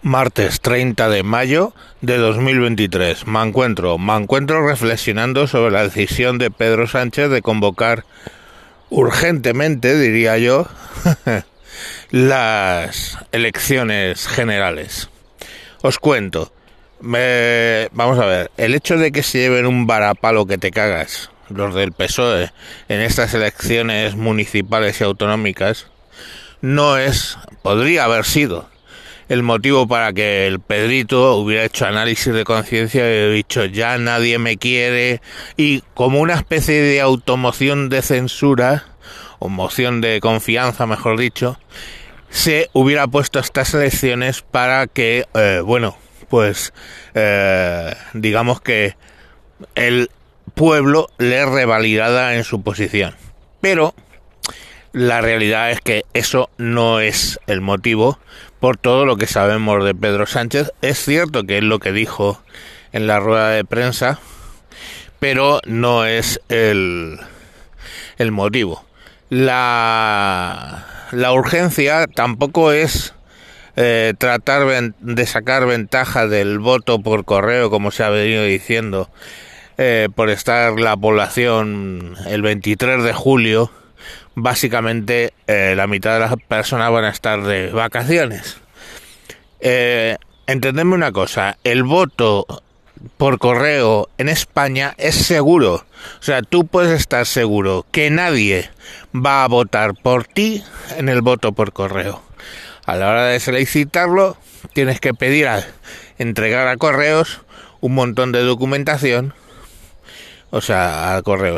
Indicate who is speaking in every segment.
Speaker 1: Martes 30 de mayo de 2023. Me encuentro reflexionando sobre la decisión de Pedro Sánchez de convocar urgentemente, diría yo, las elecciones generales. Os cuento. Vamos a ver, el hecho de que se lleven un varapalo que te cagas los del PSOE en estas elecciones municipales y autonómicas podría haber sido el motivo para que el Pedrito hubiera hecho análisis de conciencia y hubiera dicho ya nadie me quiere, y como una especie de automoción de censura o moción de confianza, mejor dicho, se hubiera puesto estas elecciones para que digamos que el pueblo le revalidara en su posición. Pero la realidad es que eso no es el motivo, por todo lo que sabemos de Pedro Sánchez. Es cierto que es lo que dijo en la rueda de prensa, pero no es el motivo. La urgencia tampoco es tratar de sacar ventaja del voto por correo, como se ha venido diciendo, por estar la población el 23 de julio. Básicamente la mitad de las personas van a estar de vacaciones. Entendedme una cosa, el voto por correo en España es seguro. O sea, tú puedes estar seguro que nadie va a votar por ti en el voto por correo. A la hora de solicitarlo, tienes que entregar a correos un montón de documentación. O sea,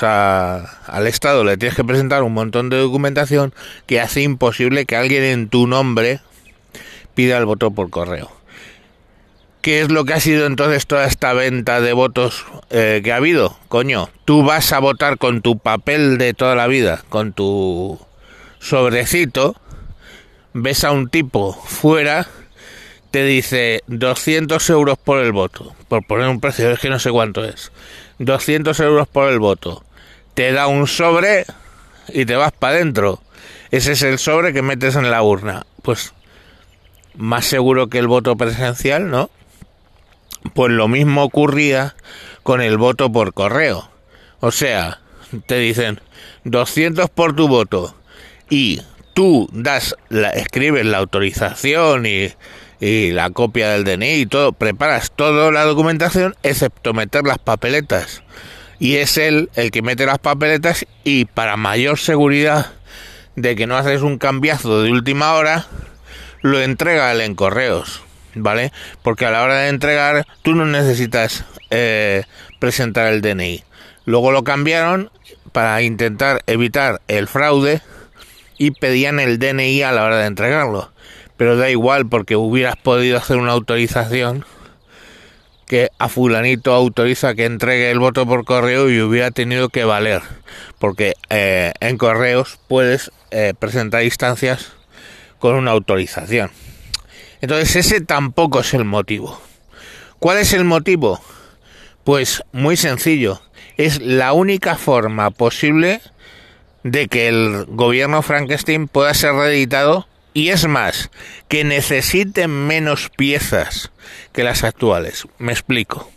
Speaker 1: al Estado le tienes que presentar un montón de documentación que hace imposible que alguien en tu nombre pida el voto por correo. ¿Qué es lo que ha sido entonces toda esta venta de votos que ha habido? Coño, tú vas a votar con tu papel de toda la vida, con tu sobrecito, ves a un tipo fuera, te dice 200 euros por el voto, por poner un precio, es que no sé cuánto es. 200 euros por el voto, te da un sobre y te vas para adentro. Ese es el sobre que metes en la urna. Pues más seguro que el voto presencial, ¿no? Pues lo mismo ocurría con el voto por correo. O sea, te dicen 200 por tu voto y tú escribes la autorización y la copia del DNI y todo, preparas toda la documentación excepto meter las papeletas, y es él el que mete las papeletas, y para mayor seguridad de que no haces un cambiazo de última hora, lo entrega él en correos, ¿vale? Porque a la hora de entregar tú no necesitas presentar el DNI. Luego lo cambiaron para intentar evitar el fraude y pedían el DNI a la hora de entregarlo. Pero da igual, porque hubieras podido hacer una autorización que a fulanito autoriza que entregue el voto por correo y hubiera tenido que valer, porque en correos puedes presentar instancias con una autorización. Entonces ese tampoco es el motivo. ¿Cuál es el motivo? Pues muy sencillo, es la única forma posible de que el gobierno Frankenstein pueda ser reeditado. Y es más, que necesiten menos piezas que las actuales. Me explico.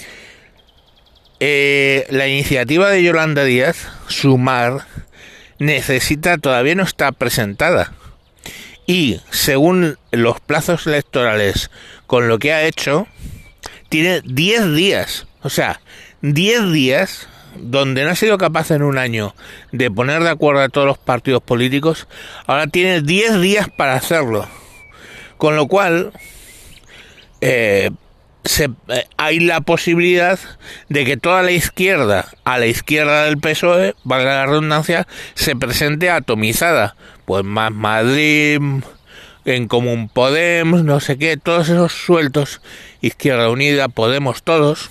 Speaker 1: La iniciativa de Yolanda Díaz, Sumar, todavía no está presentada. Y según los plazos electorales, con lo que ha hecho, tiene 10 días. O sea, 10 días donde no ha sido capaz en un año de poner de acuerdo a todos los partidos políticos, ahora tiene 10 días para hacerlo. Con lo cual, hay la posibilidad de que toda la izquierda, a la izquierda del PSOE, valga la redundancia, se presente atomizada. Pues Más Madrid, En Común Podemos, no sé qué, todos esos sueltos, Izquierda Unida, Podemos, todos,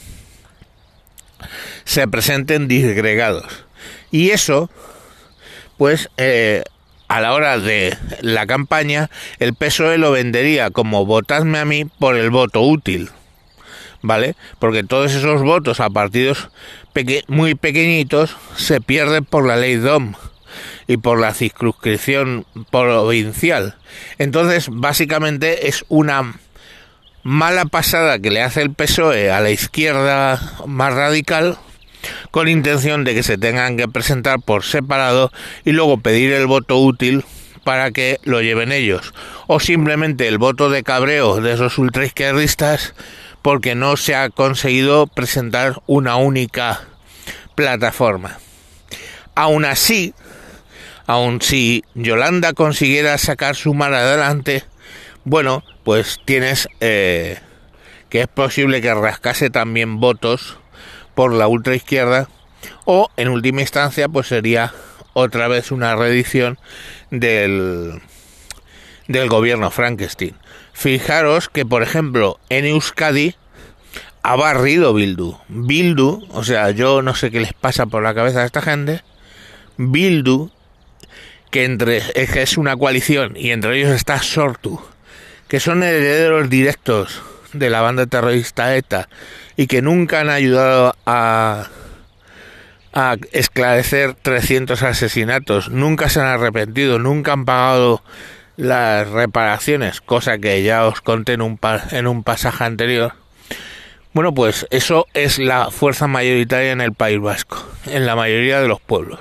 Speaker 1: se presenten disgregados. Y eso, pues, a la hora de la campaña, el PSOE lo vendería como votadme a mí por el voto útil, ¿vale? Porque todos esos votos a partidos muy pequeñitos se pierden por la ley DOM y por la circunscripción provincial. Entonces, básicamente es una mala pasada que le hace el PSOE a la izquierda más radical, con intención de que se tengan que presentar por separado y luego pedir el voto útil para que lo lleven ellos, o simplemente el voto de cabreo de esos ultraizquierdistas porque no se ha conseguido presentar una única plataforma. Aún así, aun si Yolanda consiguiera sacar su mar adelante, bueno, pues tienes que es posible que rascase también votos por la ultraizquierda, o en última instancia pues sería otra vez una reedición del gobierno Frankenstein. Fijaros que, por ejemplo, en Euskadi ha barrido Bildu, o sea, yo no sé qué les pasa por la cabeza a esta gente. Bildu, que es una coalición, y entre ellos está Sortu, que son herederos directos de la banda terrorista ETA y que nunca han ayudado a esclarecer 300 asesinatos, nunca se han arrepentido, nunca han pagado las reparaciones, cosa que ya os conté en un pasaje anterior. Bueno, pues eso es la fuerza mayoritaria en el País Vasco, en la mayoría de los pueblos.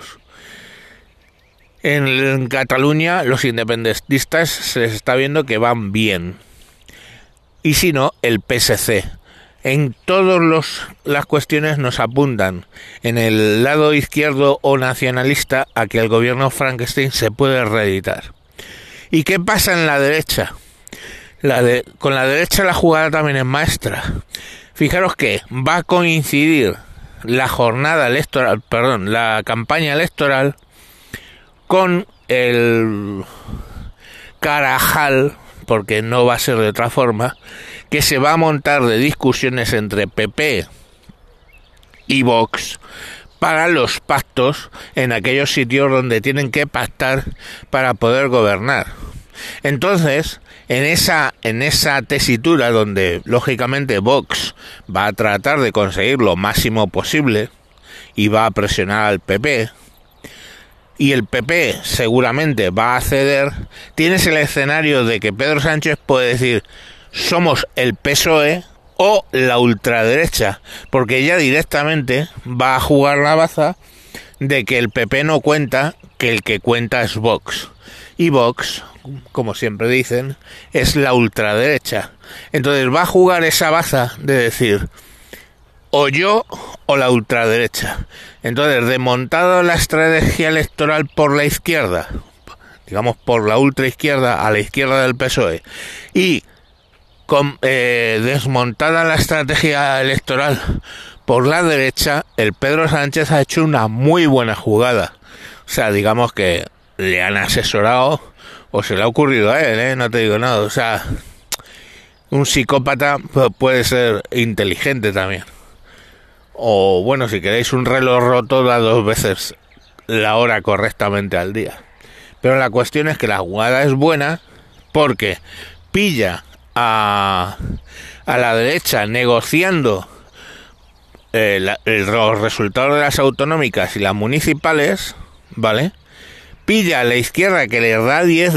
Speaker 1: En Cataluña los independentistas se les está viendo que van bien, y si no, el PSC. En todas las cuestiones nos apuntan en el lado izquierdo o nacionalista a que el gobierno Frankenstein se puede reeditar. ¿Y qué pasa en la derecha? Con la derecha la jugada también es maestra. Fijaros que va a coincidir la campaña electoral con el carajal, porque no va a ser de otra forma, que se va a montar de discusiones entre PP y Vox para los pactos en aquellos sitios donde tienen que pactar para poder gobernar. Entonces, en esa tesitura donde lógicamente Vox va a tratar de conseguir lo máximo posible y va a presionar al PP, y el PP seguramente va a ceder, tienes el escenario de que Pedro Sánchez puede decir: somos el PSOE o la ultraderecha, porque ya directamente va a jugar la baza de que el PP no cuenta, que el que cuenta es Vox, y Vox, como siempre dicen, es la ultraderecha. Entonces va a jugar esa baza de decir o yo o la ultraderecha. Entonces, desmontado la estrategia electoral por la izquierda, digamos por la ultraizquierda a la izquierda del PSOE, y desmontada la estrategia electoral por la derecha, el Pedro Sánchez ha hecho una muy buena jugada. O sea, digamos que le han asesorado, o se le ha ocurrido a él, no te digo nada. O sea, un psicópata puede ser inteligente también. O bueno, si queréis un reloj roto, da 2 veces la hora correctamente al día. Pero la cuestión es que la jugada es buena porque pilla a la derecha negociando los resultados de las autonómicas y las municipales, ¿vale? Pilla a la izquierda que le da 10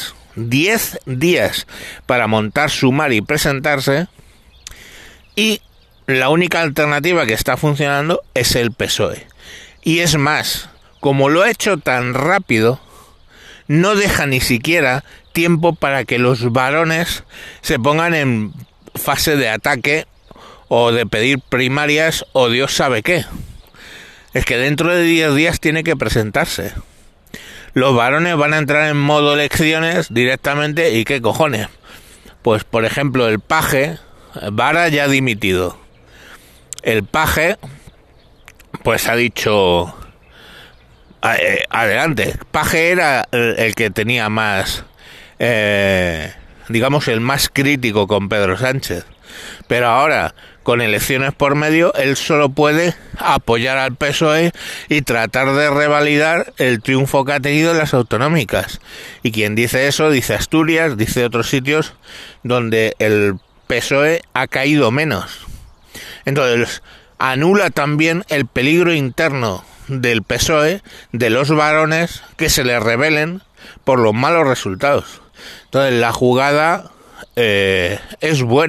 Speaker 1: días para montar, sumar y presentarse, y la única alternativa que está funcionando es el PSOE. Y es más, como lo ha hecho tan rápido, no deja ni siquiera tiempo para que los varones se pongan en fase de ataque o de pedir primarias o Dios sabe qué. Es que dentro de 10 días tiene que presentarse. Los varones van a entrar en modo elecciones directamente, y qué cojones. Pues por ejemplo el paje, Vara ya ha dimitido. El paje pues ha dicho adelante. Paje era el que tenía más digamos el más crítico con Pedro Sánchez, pero ahora con elecciones por medio él solo puede apoyar al PSOE y tratar de revalidar el triunfo que ha tenido en las autonómicas. Y quien dice eso dice Asturias, dice otros sitios donde el PSOE ha caído menos. Entonces anula también el peligro interno del PSOE, de los varones que se le rebelen por los malos resultados. Entonces la jugada es buena.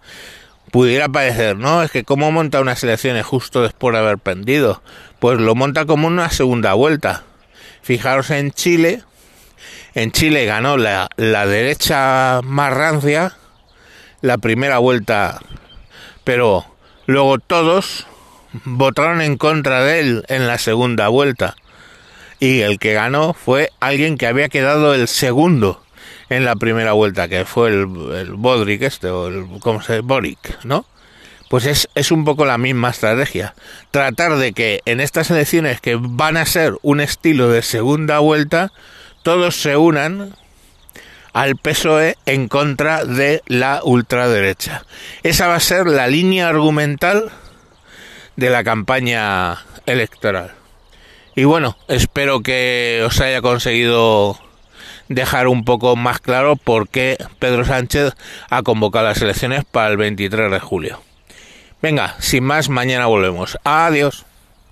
Speaker 1: Pudiera parecer, no, es que cómo monta unas elecciones justo después de haber perdido. Pues lo monta como una segunda vuelta. Fijaros en Chile ganó la derecha más rancia la primera vuelta, pero luego todos votaron en contra de él en la segunda vuelta. Y el que ganó fue alguien que había quedado el segundo en la primera vuelta, que fue el Bodrick Boric, ¿no? Pues es un poco la misma estrategia. Tratar de que en estas elecciones que van a ser un estilo de segunda vuelta, todos se unan al PSOE en contra de la ultraderecha. Esa va a ser la línea argumental de la campaña electoral. Y bueno, espero que os haya conseguido dejar un poco más claro por qué Pedro Sánchez ha convocado las elecciones para el 23 de julio. Venga, sin más, mañana volvemos. Adiós.